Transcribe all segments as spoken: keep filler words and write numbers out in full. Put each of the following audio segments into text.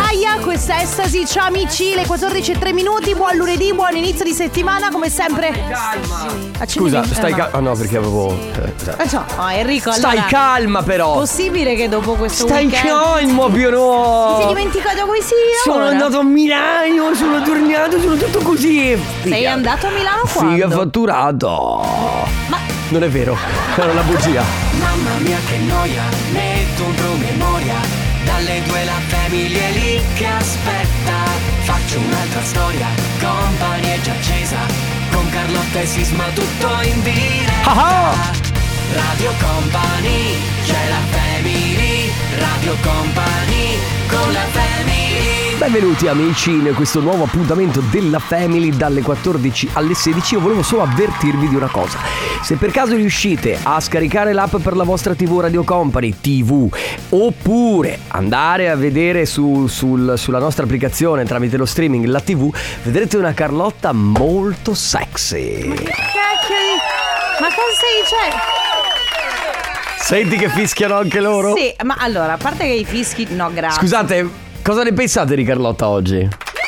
Gaia, questa è Estasi, ciao amici, le quattordici e tre minuti, buon lunedì, buon inizio di settimana, come sempre. Calma. Scusa, stai calma. Ah no, perché avevo. Eh, no, oh, Enrico, stai allora, calma però. Possibile che dopo questo stai weekend calmo, più no. ti sei dimenticato come si Sono ora? andato a Milano, sono tornato, sono tutto così. Figa. Sei andato a Milano quando? Figa fatturato. Ma non è vero, era una bugia. Mamma mia che noia, metto un promemoria. Dalle due la famiglia è lì che aspetta. Faccio un'altra storia, Company è già accesa. Con Carlotta e Sisma tutto in diretta. Ah-ha! Radio Company, c'è la family. Radio Company, con la family. Benvenuti amici in questo nuovo appuntamento della Family dalle quattordici alle sedici. Io volevo solo avvertirvi di una cosa: se per caso riuscite a scaricare l'app per la vostra tivù Radio Company tivù, oppure andare a vedere su, sul, sulla nostra applicazione tramite lo streaming la tivù, vedrete una Carlotta molto sexy. Ma che cacchio di... Ma cosa stai dicendo? Senti che fischiano anche loro? Sì, ma allora, a parte che i fischi, no grazie. Scusate, cosa ne pensate di Carlotta oggi?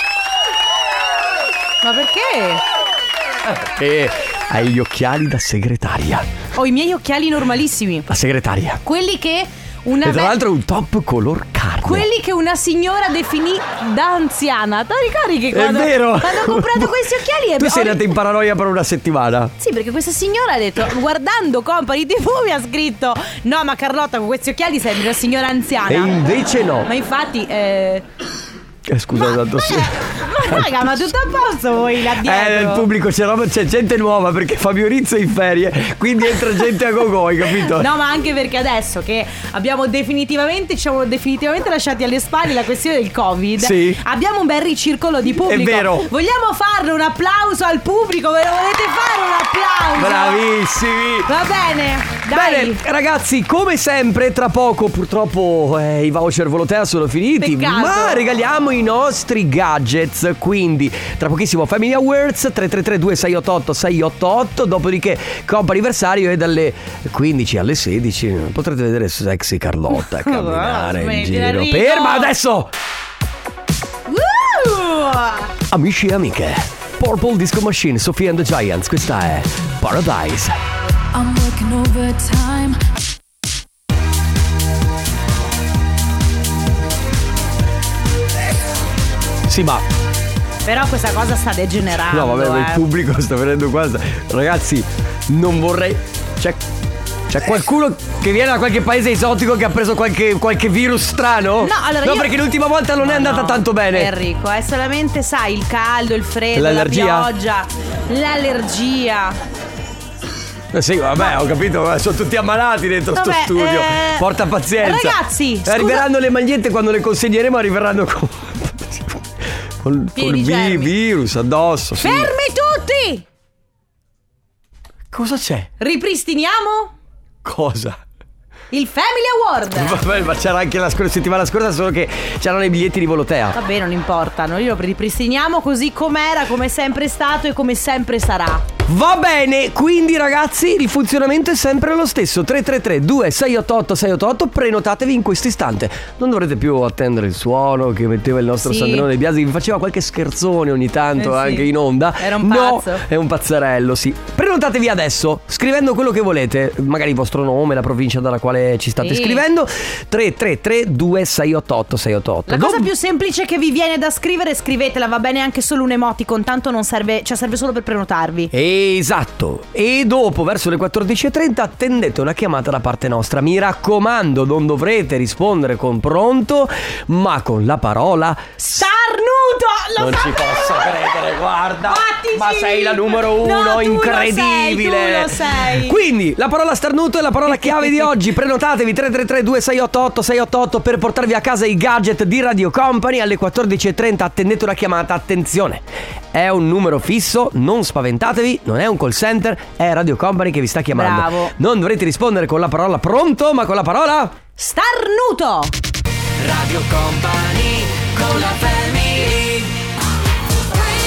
Ma perché? Perché hai gli occhiali da segretaria. Ho i miei occhiali normalissimi. La segretaria. Quelli che una E tra ve- l'altro è un top color carne. Quelli che una signora definì da anziana. Ti ricordi che quando, È vero. quando ho comprato questi occhiali Tu ho- sei andata in paranoia per una settimana. Sì, perché questa signora ha detto, guardando Company tivù, mi ha scritto: no, ma Carlotta, con questi occhiali sembri una signora anziana. E invece no. Ma infatti eh... Eh, scusa, ma, tanto sì. ma raga, ma tutto a posto voi là dietro? Eh, nel pubblico c'è, roba, c'è gente nuova perché Fabio Rizzo è in ferie, quindi entra gente a gogo, hai capito? No, ma anche perché adesso che abbiamo definitivamente, ci siamo definitivamente lasciati alle spalle la questione del Covid, sì, abbiamo un bel ricircolo di pubblico. È vero. Vogliamo farle un applauso al pubblico? Ve lo volete fare un applauso? Bravissimi. Va bene, dai. Bene, ragazzi, come sempre, tra poco purtroppo eh, i voucher Volotea sono finiti. Peccato. Ma regaliamo i nostri gadgets. Quindi tra pochissimo Family Awards tre tre tre due sei otto otto sei otto otto. Dopodiché Compa Anniversario. E dalle quindici alle sedici potrete vedere sexy Carlotta camminare in giro. Ferma adesso. uh! Amici e amiche, Purple Disco Machine, Sophie and the Giants. Questa è Paradise. I'm working overtime. Sì, ma Però questa cosa sta degenerando. no, vabbè, ma eh. il pubblico sta venendo qua. Ragazzi, non vorrei. C'è, c'è qualcuno che viene da qualche paese esotico che ha preso qualche, qualche virus strano? No, allora no io... perché l'ultima volta non no, è andata no, tanto bene. Enrico, è solamente, sai, il caldo, il freddo, L'allergia? la pioggia, l'allergia. Eh sì, vabbè, ho capito, ma sono tutti ammalati dentro Vabbè, sto studio. eh, Porta pazienza. ragazzi, scusa- arriveranno le magliette, quando le consegneremo arriveranno con con, Pieni con di vi- germi. virus addosso. Sì. Fermi tutti! Cosa c'è? Ripristiniamo Cosa? il Family Award. Vabbè, ma c'era anche la scorsa settimana scorsa, solo che c'erano i biglietti di Volotea. Vabbè, non importa, noi lo ripristiniamo così com'era, come sempre stato e come sempre sarà. Va bene, quindi ragazzi il funzionamento è sempre lo stesso. Tre tre tre due sei otto otto sei otto otto. Prenotatevi in questo istante. Non dovrete più attendere il suono che metteva il nostro Sì. Sandrino De Biasi, che faceva qualche scherzone ogni tanto, Eh sì. anche in onda. Era un No, pazzo. è un pazzerello, sì. Prenotatevi adesso scrivendo quello che volete, magari il vostro nome, la provincia dalla quale ci state Sì. scrivendo. Tre tre tre due sei otto otto sei otto otto. La cosa Dom- più semplice che vi viene da scrivere, scrivetela, va bene anche solo un emoticon, tanto non serve, cioè serve solo per prenotarvi. Esatto. E dopo verso le quattordici e trenta attendete una chiamata da parte nostra. Mi raccomando, non dovrete rispondere con pronto, ma con la parola Starnuto! Lo non ci sapevo! posso credere, guarda. Infatti Ma sì. sei la numero uno, No, tu incredibile. lo sei, tu lo sei. Quindi la parola starnuto è la parola chiave di oggi. Prenotatevi tre tre tre due sei otto otto sei otto otto per portarvi a casa i gadget di Radio Company. Alle quattordici e trenta attendete una chiamata. Attenzione, è un numero fisso, non spaventatevi, non è un call center, è Radio Company che vi sta chiamando. Bravo. Non dovrete rispondere con la parola pronto, ma con la parola Starnuto! Radio Company, con la family.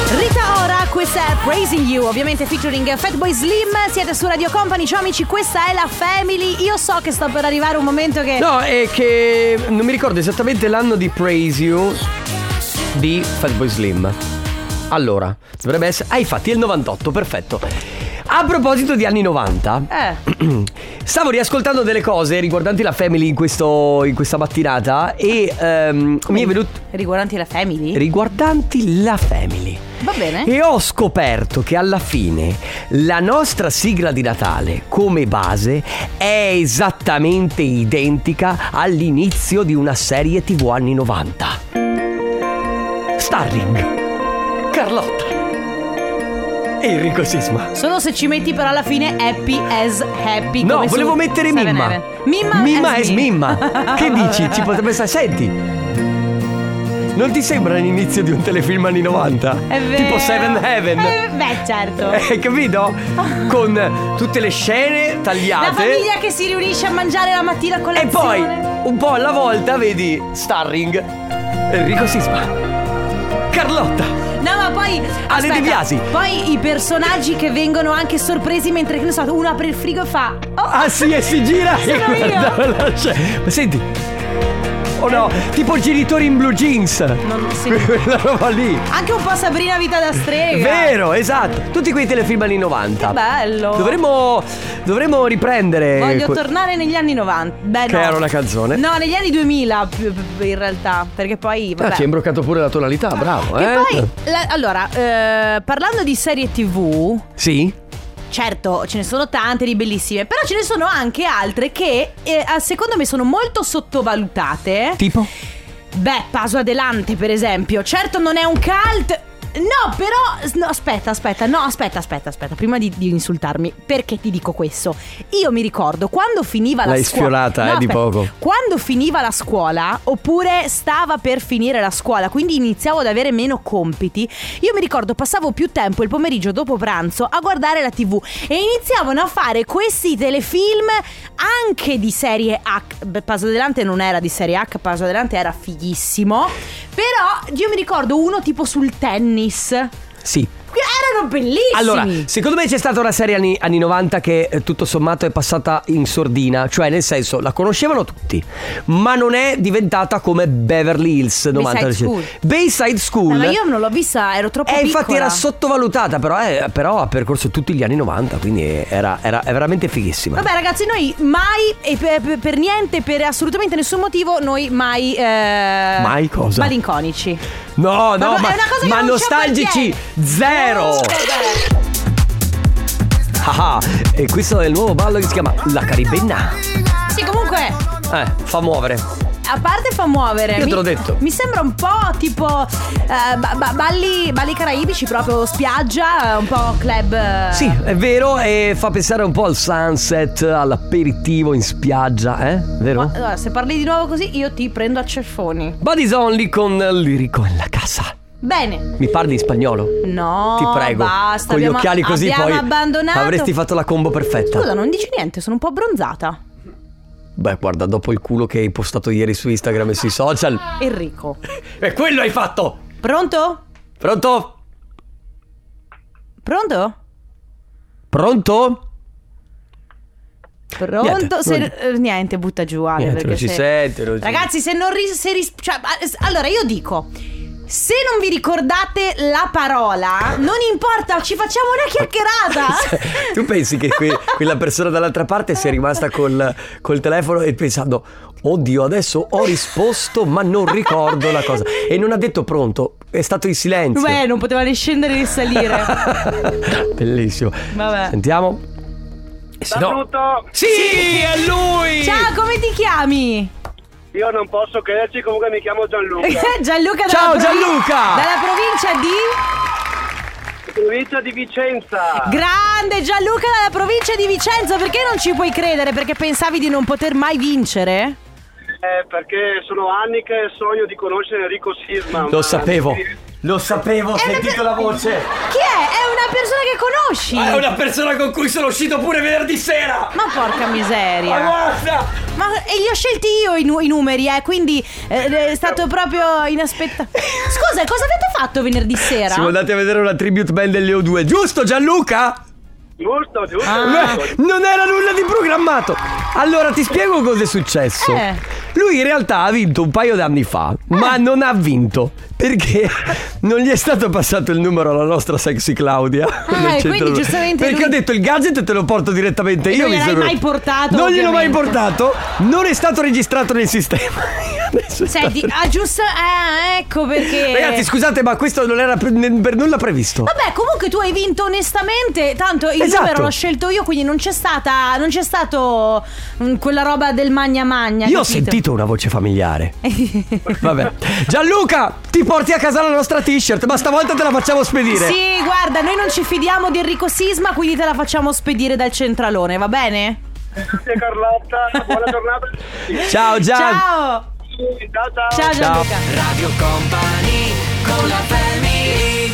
Rita Ora, questa è Praising You, ovviamente featuring Fatboy Slim. Siete su Radio Company, ciao amici, questa è la Family. Io so che sta per arrivare un momento che... No, è che non mi ricordo esattamente l'anno di Praise You di Fatboy Slim. Allora, dovrebbe essere... Ah, infatti è il novantotto, perfetto. A proposito di anni novanta, Eh stavo riascoltando delle cose riguardanti la Family in, questo, in questa mattinata e ehm, mi è venuto... Riguardanti la Family? Riguardanti la Family. Va bene. E ho scoperto che alla fine la nostra sigla di Natale come base è esattamente identica all'inizio di una serie tivù anni novanta. Starring Carlotta e Enrico Sisma. Solo se ci metti però alla fine Happy as Happy. No, come volevo su mettere Seven Mimma. Heaven. Mimma, Mimma as es me. Mimma. Che dici? Ci potrebbe stare. Senti, non ti sembra l'inizio di un telefilm anni novanta? È vero. Tipo Seven Heaven. Eh, beh, certo. Hai capito? Con tutte le scene tagliate. La famiglia che si riunisce a mangiare la mattina con E poi, colazione. un po' alla volta, vedi Starring Enrico Sisma, Carlotta, No, ma poi Ale aspetta, De Biasi. Poi i personaggi che vengono anche sorpresi mentre, che ne so, uno apre il frigo e fa oh, Ah sì, e si gira e Sono guarda io. la scena. Ma senti, oh no, tipo genitori in blue jeans. non si... Quella roba lì. Anche un po' Sabrina Vita da strega. Vero, esatto. Tutti quei telefilm anni novanta. Che bello. Dovremmo Dovremmo riprendere Voglio que- tornare negli anni novanta. Beh, Che no. era una canzone. No, negli anni duemila più- più- in realtà. Perché poi vabbè. Ah, ci hai imbroccato pure la tonalità, bravo, Che eh. poi la- allora eh, parlando di serie tivù, Sì? certo, ce ne sono tante di bellissime, però ce ne sono anche altre che eh, secondo me sono molto sottovalutate. Tipo? Beh, Paso Adelante per esempio. Certo non è un cult. No, però no, aspetta, aspetta, no, aspetta, aspetta, aspetta. Prima di, di insultarmi, perché ti dico questo? Io mi ricordo quando finiva la L'hai scuola. sfiorata, No, eh, di aspetta. poco. Quando finiva la scuola, oppure stava per finire la scuola, quindi iniziavo ad avere meno compiti. Io mi ricordo passavo più tempo il pomeriggio dopo pranzo a guardare la tivù e iniziavano a fare questi telefilm anche di serie H. Beh, Paso Adelante non era di serie H, Paso Adelante era fighissimo. Però io mi ricordo uno tipo sul tennis. Sì. Erano bellissimi. Allora, secondo me c'è stata una serie anni, anni novanta che eh, tutto sommato è passata in sordina. Cioè, nel senso, la conoscevano tutti, ma non è diventata come Beverly Hills novanta. Bayside School. Bayside School. Eh, ma io non l'ho vista, ero troppo Eh, piccola. infatti era sottovalutata, però, eh, però ha percorso tutti gli anni novanta, quindi era, era, è veramente fighissima. Vabbè ragazzi, noi mai e per, per- per niente, per assolutamente nessun motivo, noi mai eh, Mai cosa? malinconici. No, no, Ma è ma, una cosa che ma non ci nostalgici appartiene. zero. Oh, vabbè. Ah, e questo è il nuovo ballo che si chiama La Caribenna. Sì, comunque, Eh, fa muovere. a parte fa muovere. Io mi, te l'ho detto. Mi sembra un po' tipo eh, ba- ba- balli, balli caraibici, proprio spiaggia, un po' club. eh. Sì, è vero, e fa pensare un po' al sunset, all'aperitivo in spiaggia, eh? Vero? Ma, allora, se parli di nuovo così, io ti prendo a ceffoni. Buddies Only con Lirico in la casa. Bene. Mi parli in spagnolo? No, Ti prego. basta. Con gli abbiamo- occhiali così abbiamo poi abbandonato. avresti fatto la combo perfetta. Scusa, non dici niente, sono un po' abbronzata. Beh, guarda, dopo il culo che hai postato ieri su Instagram e sui social. Enrico. E quello hai fatto! Pronto? Pronto? Pronto? Pronto? Pronto? Niente, Se- non- eh, niente, butta giù Ale, Niente, perché non ci se- sente, non ci- Ragazzi, se non ris- se ris- cioè, eh, allora io dico, se non vi ricordate la parola, non importa, ci facciamo una chiacchierata. Tu pensi che que- quella persona dall'altra parte sia rimasta col, col telefono e pensando: oddio, adesso ho risposto ma non ricordo la cosa. E non ha detto pronto, è stato in silenzio. Beh, non poteva né scendere né salire. Bellissimo. Vabbè. Sentiamo. E se no- Saluto, Sì, è lui. Ciao, come ti chiami? io non posso crederci, comunque mi chiamo Gianluca. Gianluca dalla Ciao, provi- Gianluca! Dalla provincia di Provincia di Vicenza. Grande Gianluca dalla provincia di Vicenza. Perché non ci puoi credere? Perché pensavi di non poter mai vincere? Eh, perché sono anni che sogno di conoscere Enrico Sisma. Lo ma sapevo. non- Lo sapevo, ho È una sentito per- la voce. Chi è? È una persona che conosci. Ma è una persona con cui sono uscito pure venerdì sera. Ma porca miseria. Ma guarda. Ma e li ho scelti io i, nu- i numeri, eh, quindi eh, è stato proprio inaspettato. Scusa, cosa avete fatto venerdì sera? Siamo andati a vedere una tribute band delle O due, giusto Gianluca? Giusto, giusto. Ah. Beh, non era nulla di programmato. Allora ti spiego cosa è successo. Eh. Lui in realtà ha vinto un paio d'anni fa, ma non ha vinto perché non gli è stato passato il numero alla nostra sexy Claudia. nel e centro- quindi giustamente Perché lui- ha detto il gadget te lo porto direttamente E io. non mi gliel'hai sono- mai portato, Non gliel'ho mai ovviamente. portato. Non è stato registrato nel sistema. Adesso è Senti, stato- ah, giusto, eh, ecco perché. Ragazzi, scusate, ma questo non era per, per nulla previsto. Vabbè, comunque tu hai vinto onestamente. Tanto il Esatto. numero l'ho scelto io, quindi non c'è stata. Non c'è stato mm, quella roba del magna magna. Io ho capito? sentito una voce familiare. Vabbè. Gianluca, ti porti a casa la nostra t-shirt, ma stavolta te la facciamo spedire. Sì, guarda, noi non ci fidiamo di Enrico Sisma, quindi te la facciamo spedire dal centralone, va bene? Grazie Carlotta, buona giornata. Ciao Gian. Ciao! Ciao ciao. Ciao Gianluca. Radio Company con la family.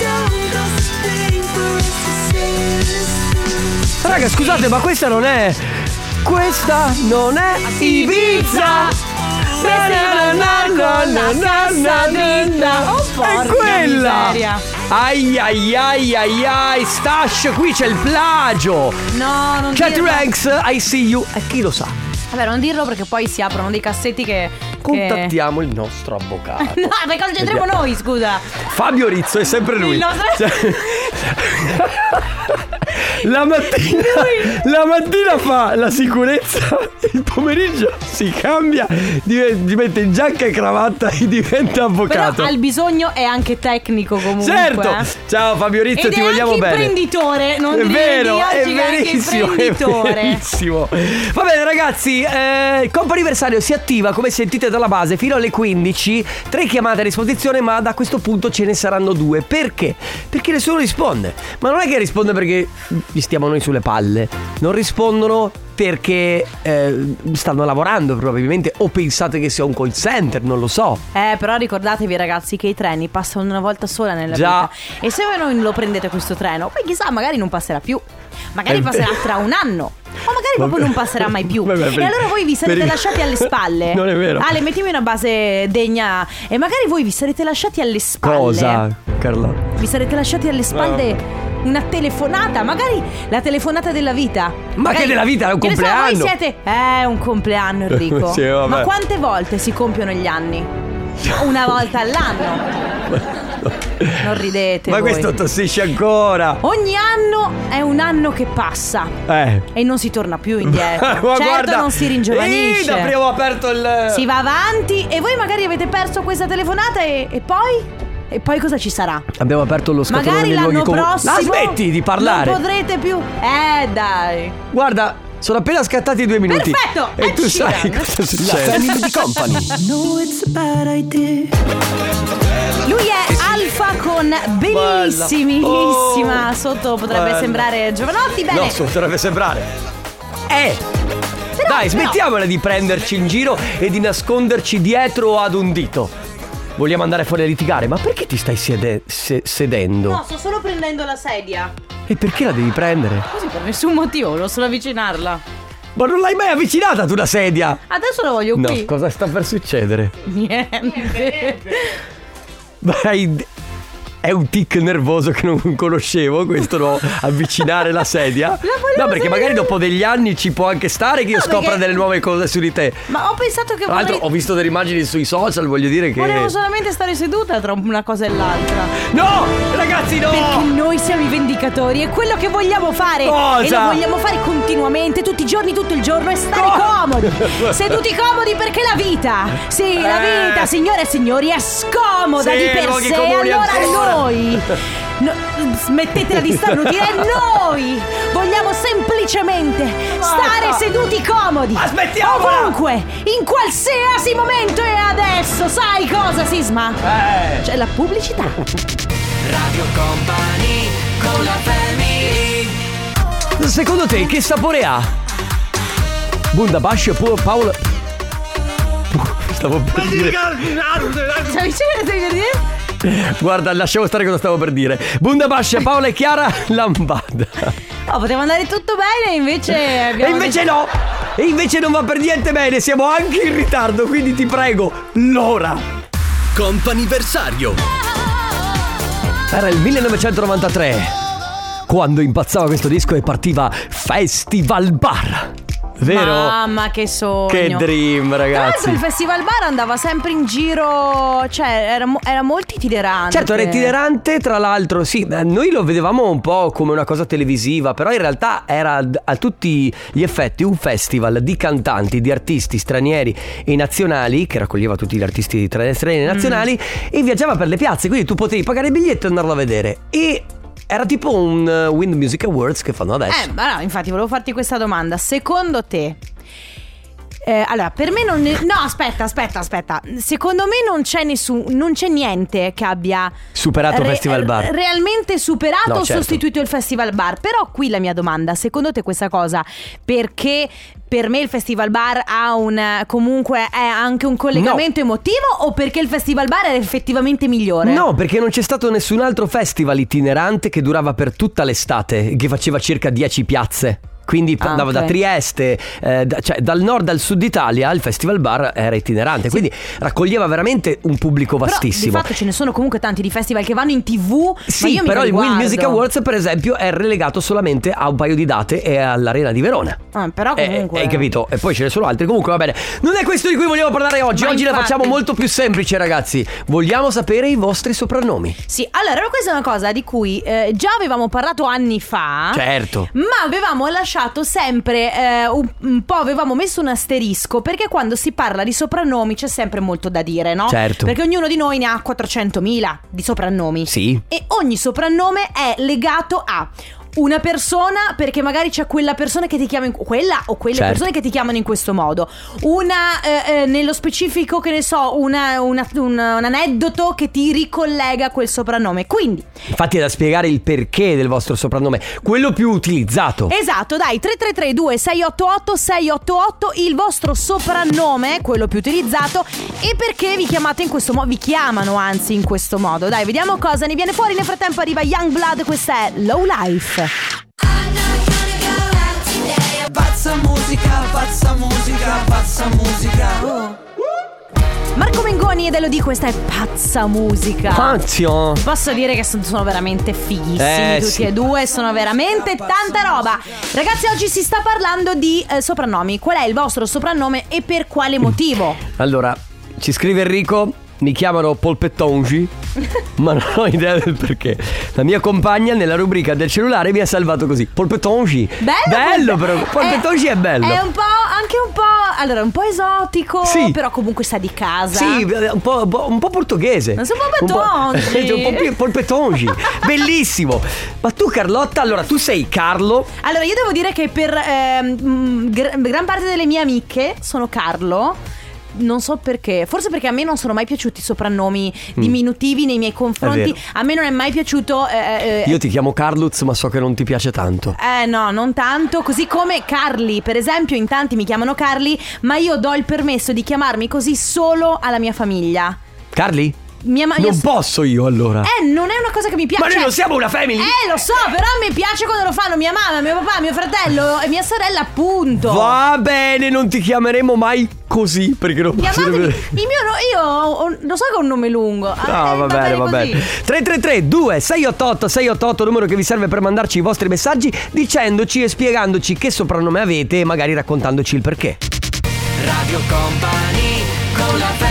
Raga, scusate, ma questa non è. Questa non è Ibiza. Na na na na na na na na na. Oh, È porca quella. miseria. Ai ai ai ai ai. Stash, qui c'è il plagio. No, non Cat dirlo. Ranks, I see you. E chi lo sa? Vabbè, non dirlo perché poi si aprono dei cassetti che. Contattiamo il nostro avvocato. Che... No, ma cosa c'entriamo Vediamo. noi, scusa? Fabio Rizzo è sempre lui. Il nostro- Cioè- La mattina, la mattina fa la sicurezza, il pomeriggio si cambia, div- diventa in giacca e cravatta e diventa avvocato. Però al bisogno è anche tecnico comunque. Certo. eh. Ciao Fabio Rizzo, Ed ti è vogliamo anche bene. imprenditore, non È dire vero, di è oggi che anche verissimo, è imprenditore. verissimo. Va bene ragazzi, eh, il compo anniversario si attiva come sentite dalla base fino alle quindici. Tre chiamate a disposizione, ma da questo punto ce ne saranno due. Perché? Perché nessuno risponde. Ma non è che risponde perché gli stiamo noi sulle palle. Non rispondono perché eh, stanno lavorando probabilmente, o pensate che sia un call center, non lo so. Eh, però ricordatevi ragazzi che i treni passano una volta sola nella Già. vita. E se voi non lo prendete questo treno, poi chissà, magari non passerà più. Magari È passerà vero. tra un anno. O magari proprio non passerà mai più. Vabbè, per- E allora voi vi sarete per- lasciati alle spalle. Non è vero. Ale, mettimi una base degna. E magari voi vi sarete lasciati alle spalle. Cosa, Carla? Vi sarete lasciati alle spalle una telefonata, magari la telefonata della vita. Ma che della vita? È un che ne so, compleanno. voi siete. Eh, un compleanno, Enrico. Sì, vabbè. Ma quante volte si compiono gli anni? Una volta all'anno. Non ridete. Ma voi. questo tossisce ancora. Ogni anno è un anno che passa. Eh. E non si torna più indietro. Ma Certo, guarda, non si Ih, ringiovanisce. da prima ho aperto il. Si va avanti. E voi magari avete perso questa telefonata e, e poi? E poi cosa ci sarà? Abbiamo aperto lo scatolone Magari nei luoghi l'anno comuni. prossimo La smetti di parlare. non potrete più. Eh dai. Guarda, sono appena scattati due minuti. Perfetto, E Ed tu sai Sheeran. cosa succede? di Company. Lui è Alfa con bellissimissima. Oh, Sotto potrebbe bella. sembrare Giovanotti. Bene. No, potrebbe sembrare. Eh. Però- Dai, però- smettiamola di prenderci in giro e di nasconderci dietro ad un dito. Vogliamo andare fuori a litigare? Ma perché ti stai siede- se- sedendo? No, sto solo prendendo la sedia. E perché la devi prendere? Così per nessun motivo, volevo solo avvicinarla. Ma non l'hai mai avvicinata tu la sedia? Adesso la voglio No, qui. cosa sta per succedere? Niente. Vai. È un tic nervoso che non conoscevo, questo no, avvicinare la sedia. volevo No, perché sapere. magari dopo degli anni ci può anche stare che io No, scopra perché- delle nuove cose su di te. Ma ho pensato che Tra l'altro vorrei... ho visto delle immagini sui social, voglio dire che... volevo solamente stare seduta tra una cosa e l'altra. No, ragazzi, no! Perché noi siamo i vendicatori, è quello che vogliamo fare. Cosa? E lo vogliamo fare continuamente, tutti i giorni, tutto il giorno, e stare Co- comodi. Seduti comodi perché la vita, sì, la Eh. vita, signore e signori, è scomoda Sì, di per luoghi sé. comuni Allora ancora. noi no, smettetela di starnutire. Noi vogliamo semplicemente stare seduti comodi, Aspettiamola! ovunque, in qualsiasi momento. E adesso sai cosa, Sisma? Eh. C'è la pubblicità. Radio Company con la family. Secondo te che sapore ha? Bundabash oppure Paolo... Stavo per dire... Stavi dicendo, stavi per dire? Guarda, lasciamo stare cosa stavo per dire. Bunda Bascia, Paola e Chiara, Lambada. Oh, poteva andare tutto bene, invece abbiamo E invece detto... no. E invece non va per niente bene. Siamo anche in ritardo, quindi ti prego, l'ora. Comp'anniversario. Era il millenovecentonovantatré quando impazzava questo disco e partiva Festival Bar. Vero? Mamma, che sogno. Che dream, Tra ragazzi. l'altro il Festival Bar andava sempre in giro, cioè era, mo- era molto itinerante. Certo, era itinerante, tra l'altro, sì, noi lo vedevamo un po' come una cosa televisiva, però in realtà era a tutti gli effetti un festival di cantanti, di artisti stranieri e nazionali, che raccoglieva tutti gli artisti stranieri e nazionali, mm. e viaggiava per le piazze, quindi tu potevi pagare il biglietto e andarlo a vedere. E era tipo un uh, Wind Music Awards che fanno adesso. Eh, ma no, infatti volevo farti questa domanda. Secondo te... Eh, allora, per me non... Ne- no, aspetta, aspetta, aspetta. Secondo me non c'è nessun... Non c'è niente che abbia... Superato il Festival Bar. Realmente superato No, o certo. sostituito il Festival Bar. Però qui la mia domanda. Secondo te questa cosa... Perché... Per me il Festival Bar ha un comunque è anche un collegamento No. emotivo, o perché il Festival Bar è effettivamente migliore? No, perché non c'è stato nessun altro festival itinerante che durava per tutta l'estate, che faceva circa dieci piazze. Quindi Ah, andava ok. da Trieste, eh, da- cioè dal nord al sud Italia il Festival Bar era itinerante, quindi raccoglieva veramente un pubblico Però vastissimo. di fatto ce ne sono comunque tanti di festival che vanno in tv. ma Sì, io mica però li il Wind guardo. Music Awards per esempio è relegato solamente a un paio di date e all'Arena di Verona. Ah, però Eh, comunque Hai capito? E poi ce ne sono altri. Comunque va bene. Non è questo di cui vogliamo parlare oggi. Ma Oggi la infatti. facciamo molto più semplice, ragazzi. Vogliamo sapere i vostri soprannomi. Sì, allora questa è una cosa di cui eh, già avevamo parlato anni fa. Certo. Ma avevamo lasciato sempre eh, un, un po', avevamo messo un asterisco, perché quando si parla di soprannomi c'è sempre molto da dire, no? Certo. Perché ognuno di noi ne ha quattrocentomila di soprannomi. Sì. E ogni soprannome è legato a una persona, perché magari c'è quella persona che ti chiama in quella o quelle Certo. persone che ti chiamano in questo modo. Una eh, eh, nello specifico, che ne so, una, una- un, un aneddoto che ti ricollega a quel soprannome. Quindi Infatti è da spiegare il perché del vostro soprannome, quello più utilizzato. esatto, dai, tre tre tre due sei otto otto sei otto otto il vostro soprannome, quello più utilizzato, e perché vi chiamate in questo modo, vi chiamano anzi in questo modo. Dai, vediamo cosa ne viene fuori. Nel frattempo arriva Youngblood, questa è Low Life. Pazza musica, pazza musica, pazza musica. Marco Mengoni ed Elodie, questa è pazza musica. Pazio. Posso dire che son- sono veramente fighissimi Eh, tutti sì. e due, sono veramente tanta roba. Ragazzi, oggi si sta parlando di eh, soprannomi. Qual è il vostro soprannome e per quale motivo? Allora, ci scrive Enrico. Mi chiamano Polpettongi, ma non ho idea del perché. La mia compagna nella rubrica del cellulare mi ha salvato così: Polpettongi. Bello, Bello Polpe- però. Polpettongi è, bello. È un po', anche un po', allora un po' esotico, Sì. però comunque sta di casa. Sì, un po', un po', un po' portoghese. Non so, polpettongi. Un po', un po' più polpettongi. Bellissimo. Ma tu, Carlotta, allora tu sei Carlo. Allora, io devo dire che per ehm, gr- gran parte delle mie amiche sono Carlo. Non so perché, forse perché a me non sono mai piaciuti i soprannomi diminutivi nei miei confronti. È vero. A me non è mai piaciuto eh, eh, Io ti chiamo Carluz, ma so che non ti piace tanto. Eh no, non tanto. Così come Carli, per esempio, in tanti mi chiamano Carli, ma io do il permesso di chiamarmi così solo alla mia famiglia. Carli? Mia ma- Non mia- posso io allora. Eh, non è una cosa che mi piace. Ma noi non siamo una family. Eh, lo so, però mi piace quando lo fanno mia mamma, mio papà, mio fratello e mia sorella, appunto. Va bene, non ti chiameremo mai così, perché non posso Chiamatemi. vedere. Il mio no- io ho- lo so che ho un nome lungo. No, Eh, va bene, va così. bene. tre tre tre due sei otto otto sei otto otto, numero che vi serve per mandarci i vostri messaggi, dicendoci e spiegandoci che soprannome avete e magari raccontandoci il perché. Radio Company con la family.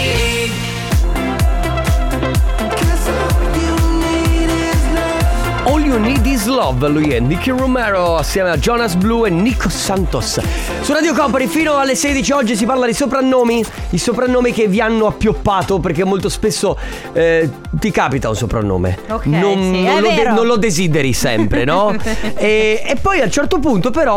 All You Need Is Love, lui è Nicky Romero assieme a Jonas Blue e Nico Santos. Su Radio Company fino alle sedici oggi si parla di soprannomi, i soprannomi che vi hanno appioppato, perché molto spesso eh, ti capita un soprannome. Ok, non, sì, non è lo de- vero. non lo desideri sempre, no? e, e poi a un certo punto però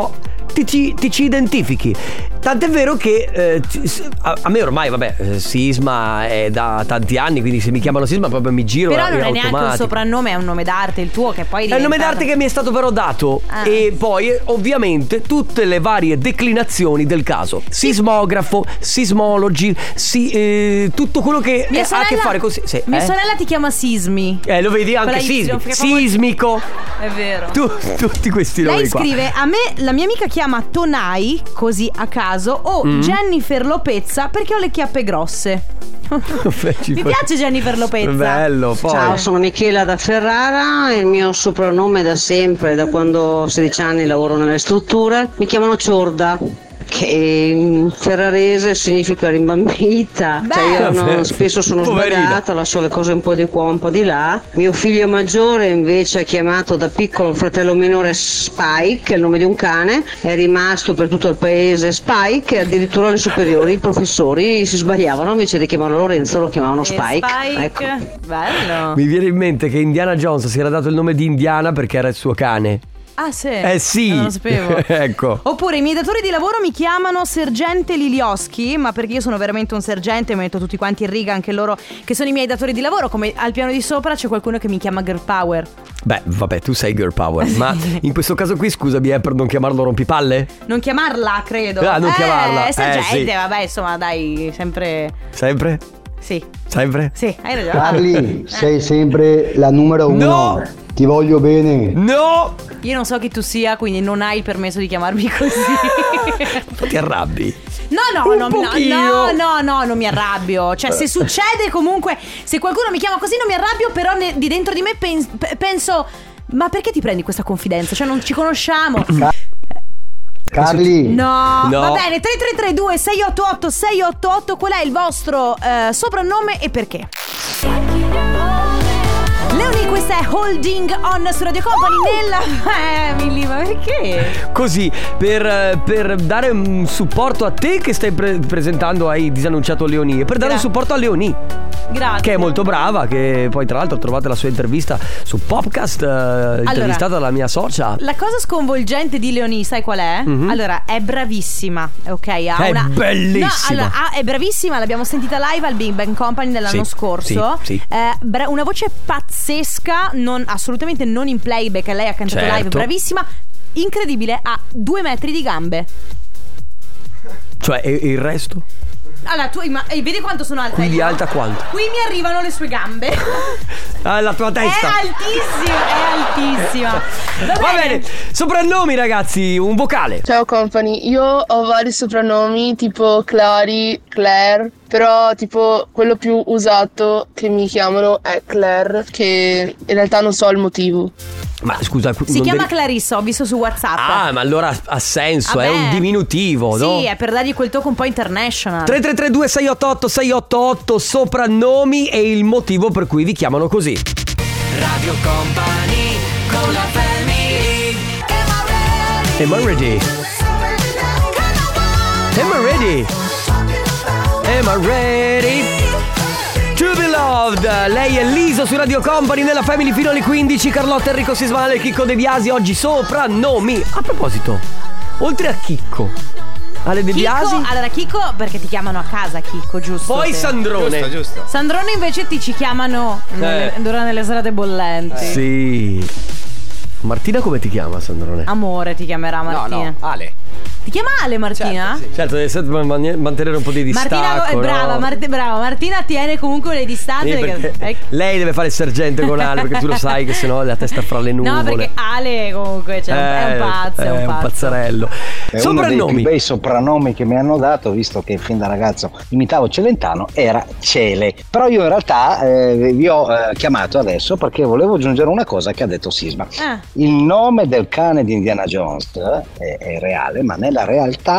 ti, ci, ti ci identifichi. Tant'è vero che eh, a, a me ormai, vabbè, eh, Sisma è da tanti anni, quindi se mi chiamano Sisma proprio mi giro. Però non è automatico. neanche un soprannome, è un nome d'arte il tuo, che poi è il nome d'arte che mi è stato però dato. Ah. E poi ovviamente tutte le varie declinazioni del caso: sismografo, sismologi, si, eh, tutto quello che mia eh, sorella, ha a che fare con si- mia eh? sorella ti chiama Sismi. Eh, lo vedi anche Con la Y, sismi, perché proprio- sismico. È vero. Tu, tutti questi nomi Lei qua. scrive: a me la mia amica chiama Tonai, così a caso, o Mm. Jennifer Lopezza perché ho le chiappe grosse. Mi piace Jennifer Lopezza. Bello, poi. Ciao, sono Michela da Ferrara, il mio soprannome da sempre, da quando ho sedici anni lavoro nelle strutture, mi chiamano Ciorda, che in ferrarese significa rimbambita. Beh. Cioè io non- spesso sono Poverina. sbagata, lascio le cose un po' di qua, un po' di là. Mio figlio maggiore invece ha chiamato da piccolo il fratello minore Spike, che è il nome di un cane, è rimasto per tutto il paese Spike, e addirittura alle superiori i professori si sbagliavano, invece di chiamarlo Lorenzo lo chiamavano E Spike. Spike. Ecco. Bello. Mi viene in mente che Indiana Jones si era dato il nome di Indiana perché era il suo cane. Ah, sì. Eh sì. Non lo sapevo. Ecco. Oppure i miei datori di lavoro mi chiamano sergente Lilioschi, ma perché io sono veramente un sergente, mi metto tutti quanti in riga, anche loro che sono i miei datori di lavoro. Come al piano di sopra c'è qualcuno che mi chiama Girl Power. Beh, vabbè, tu sei girl power. Ma in questo caso qui, scusami, è per non chiamarlo rompipalle? Non chiamarla, credo. Ah, non eh, chiamarla. È sergente, Eh, sì. vabbè, insomma, dai, sempre. Sempre? Sì, Sempre? sì, hai ragione. Carli, Eh. sei sempre la numero uno. No! Ti voglio bene. No! Io non so chi tu sia, quindi non hai il permesso di chiamarmi così. Ti arrabbi. No, no, Un no, no, pochino. no, no, no, non mi arrabbio. Cioè, se succede comunque, se qualcuno mi chiama così non mi arrabbio, però ne- di dentro di me pen- pe- penso, ma perché ti prendi questa confidenza? Cioè, non ci conosciamo. Carli, No, No. va bene, tre tre tre due sei otto otto sei otto otto, qual è il vostro eh, soprannome e perché? Leoni, questa è Holding On su Radio Company nella... Eh, Milly, ma perché? Così, per, per dare un supporto a te che stai pre- presentando, hai disannunciato Leonie, e per dare Gra- un supporto a Leonie, Grazie. che è molto brava, che poi tra l'altro trovate la sua intervista su Popcast, eh, intervistata dalla mia socia. La cosa sconvolgente di Leonie, sai qual è? Mhm. Allora, è bravissima, ok? Ha È una... bellissima. No, allora, ha- è bravissima, l'abbiamo sentita live al Big Bang Company dell'anno Sì, scorso. sì, sì. Eh, bra- una voce pazzesca, non, assolutamente non in playback, lei ha cantato Certo. live, bravissima, incredibile, ha due metri di gambe. Cioè, e, e il resto? Allora, tu ma, eh, vedi quanto sono alta Quindi io? alta quanto? Qui mi arrivano le sue gambe. Ah, la tua testa. È altissima, è altissima. Va, Va bene, soprannomi ragazzi, un vocale. Ciao company, io ho vari soprannomi tipo Clary, Claire, però tipo quello più usato che mi chiamano è Claire, che in realtà non so il motivo. Ma scusa, Si non chiama devi- Clarissa, ho visto su WhatsApp. Ah, ma allora ha senso, è Vabbè. un diminutivo, no? Sì, è per dargli quel tocco un po' international. tre tre tre due sei otto otto sei otto otto soprannomi e il motivo per cui vi chiamano così. Radio Company con la family. Am I ready? Am I ready? Am I ready? To be loved. Lei è Liso su Radio Company nella Family fino alle quindici. Carlotta, Enrico Sismale e Chicco De Biasi. Oggi soprannomi. A proposito, oltre a Chicco, Ale De Chicco, Biasi, allora Chicco perché ti chiamano a casa Chicco, giusto? poi Te. Sandrone. giusto. Sandrone invece ti ci chiamano nelle- Eh. durante le serate bollenti. Sì. Martina come ti chiama, Sandrone? Amore ti chiamerà Martina. Ale. Ti chiama Ale Martina? Certo, sì. Certo, deve sempre man- mantenere un po' di distacco. Martina è brava, no? Mart- brava, Martina tiene comunque le distanze. Sì, perché- perché eh, lei deve fare il sergente con Ale, perché tu lo sai che sennò la testa fra le nuvole. No, perché Ale comunque cioè, è un pazzo, è un pazzo. pazzarello. È uno dei Soprannomi. più bei soprannomi che mi hanno dato, visto che fin da ragazzo imitavo Celentano, era Cele. Però io in realtà eh, vi ho eh, chiamato adesso perché volevo aggiungere una cosa che ha detto Sisma. Ah. Il nome del cane di Indiana Jones eh, è, è reale, ma nella realtà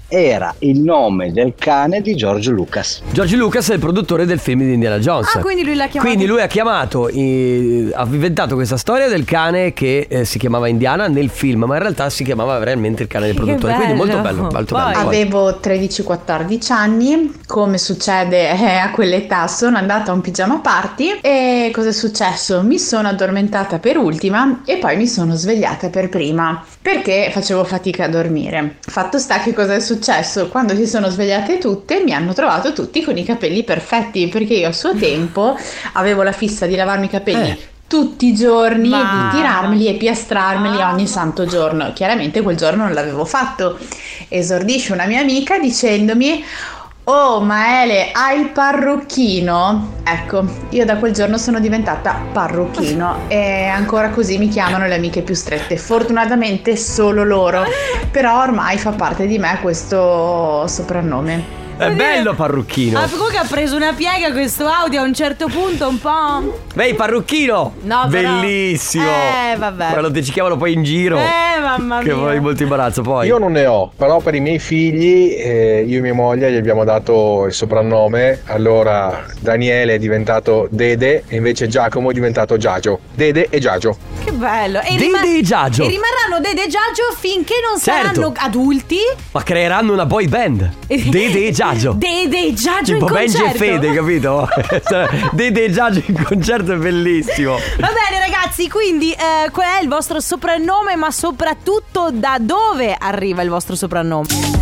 era il nome del cane di George Lucas. George Lucas è il produttore del film di Indiana Jones. Ah, quindi lui l'ha chiamato. Quindi lui ha chiamato, eh, ha inventato questa storia del cane che eh, si chiamava Indiana nel film, ma in realtà si chiamava veramente il cane del produttore. Quindi molto bello, molto bello. Avevo tredici quattordici anni, come succede eh, a quell'età sono andata a un pigiama party e cosa è successo? Mi sono addormentata per ultima e poi mi sono svegliata per prima perché facevo fatica a dormire. Fatto sta che cosa è successo? Quando si sono svegliate tutte mi hanno trovato tutti con i capelli perfetti, perché io a suo tempo avevo la fissa di lavarmi i capelli eh. tutti i giorni, ma... di tirarmeli e piastrarmeli ogni santo giorno. Chiaramente quel giorno non l'avevo fatto. Esordisce una mia amica dicendomi: oh Maele, hai il parrucchino? Ecco, io da quel giorno sono diventata parrucchino e ancora così mi chiamano le amiche più strette. Fortunatamente solo loro, però ormai fa parte di me questo soprannome. È bello parrucchino. Ah, comunque ha preso una piega questo audio a un certo punto un po'. Beh, parrucchino. No, però... bellissimo. Eh, vabbè. Quello ti ci chiamano poi in giro. Eh, mamma mia. Che poi molto imbarazzo poi. Io non ne ho, però per i miei figli, eh, io e mia moglie gli abbiamo dato il soprannome. Allora Daniele è diventato Dede e invece Giacomo è diventato Giagio. Dede e Giagio. Che bello. E Dede rim- e Giagio. E rimarranno Dede e Giagio finché non certo. saranno adulti. Ma creeranno una boy band. Dede e Giagio. Dede e Giagio tipo in concerto. Benji e Fede, capito? Dede e Giagio in concerto è bellissimo. Va bene ragazzi, quindi eh, qual è il vostro soprannome, ma soprattutto da dove arriva il vostro soprannome?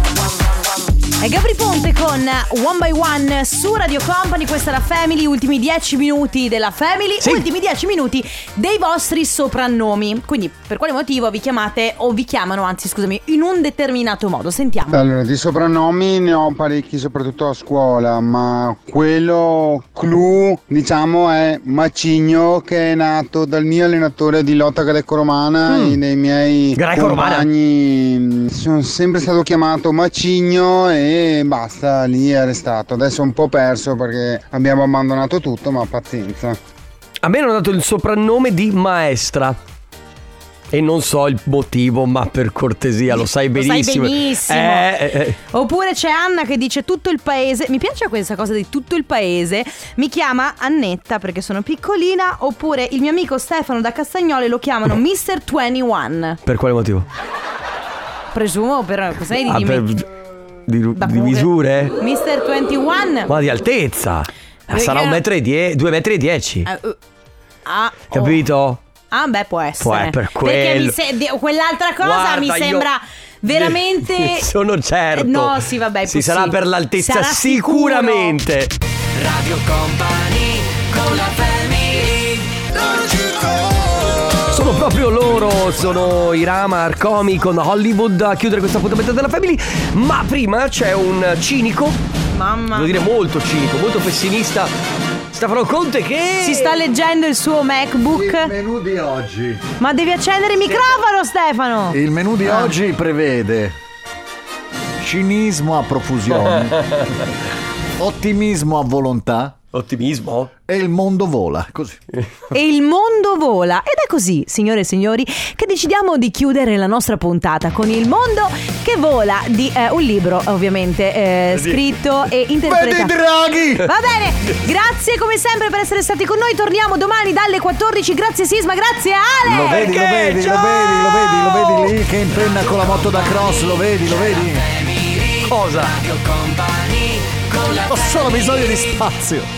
È Gabri Ponte con One by One su Radio Company. Questa è la Family, ultimi dieci minuti della Family, sì. Ultimi dieci minuti dei vostri soprannomi. Quindi per quale motivo vi chiamate o vi chiamano, anzi scusami, in un determinato modo? Sentiamo. Allora, di soprannomi ne ho parecchi, soprattutto a scuola, ma quello clou diciamo è Macigno, che è nato dal mio allenatore di lotta greco-romana mm. e dei miei compagni. Sono sempre stato chiamato Macigno e E basta, lì è restato. Adesso è un po' perso perché abbiamo abbandonato tutto, ma pazienza. A me hanno dato il soprannome di maestra e non so il motivo, ma per cortesia lo sai benissimo. Lo sai benissimo. Eh, eh, eh. Oppure c'è Anna che dice tutto il paese. Mi piace questa cosa di tutto il paese. Mi chiama Annetta perché sono piccolina. Oppure il mio amico Stefano da Castagnole lo chiamano mister ventuno. Per quale motivo? Presumo per cos'è di ah, per... Di, di misure? mister ventuno. Ma di altezza. Perché sarà un metro e dieci, due metri e dieci. Uh, uh, ah, capito? Oh. Ah beh, può essere. Può è per quello. Perché mi se- de- quell'altra cosa Guarda, mi sembra io... veramente. Sono certo. No, sì, vabbè. Si sarà per l'altezza sarà sicuramente. Sicuro. Radio Company con la Family. Sono proprio loro, sono i Rama Arcomi con Hollywood a chiudere questo appuntamento della Family. Ma prima c'è un cinico, mamma, devo dire molto cinico, molto pessimista, Stefano Conte, che si sta leggendo il suo MacBook. Il menù di oggi. Ma devi accendere il microfono, Stefano. Il menù di ah. oggi prevede cinismo a profusione, ottimismo a volontà. Ottimismo? E il mondo vola, così. E il mondo vola. Ed è così, signore e signori, che decidiamo di chiudere la nostra puntata con Il mondo che vola, di eh, un libro ovviamente eh, scritto e interpretato. Vedi Draghi! Va bene, grazie come sempre per essere stati con noi. Torniamo domani dalle quattordici. Grazie Sisma, grazie Ale. Lo vedi, lo vedi, lo vedi, lo vedi, lo vedi lì che impenna con la moto da cross, lo vedi, lo vedi? Cosa? Ho solo bisogno di spazio.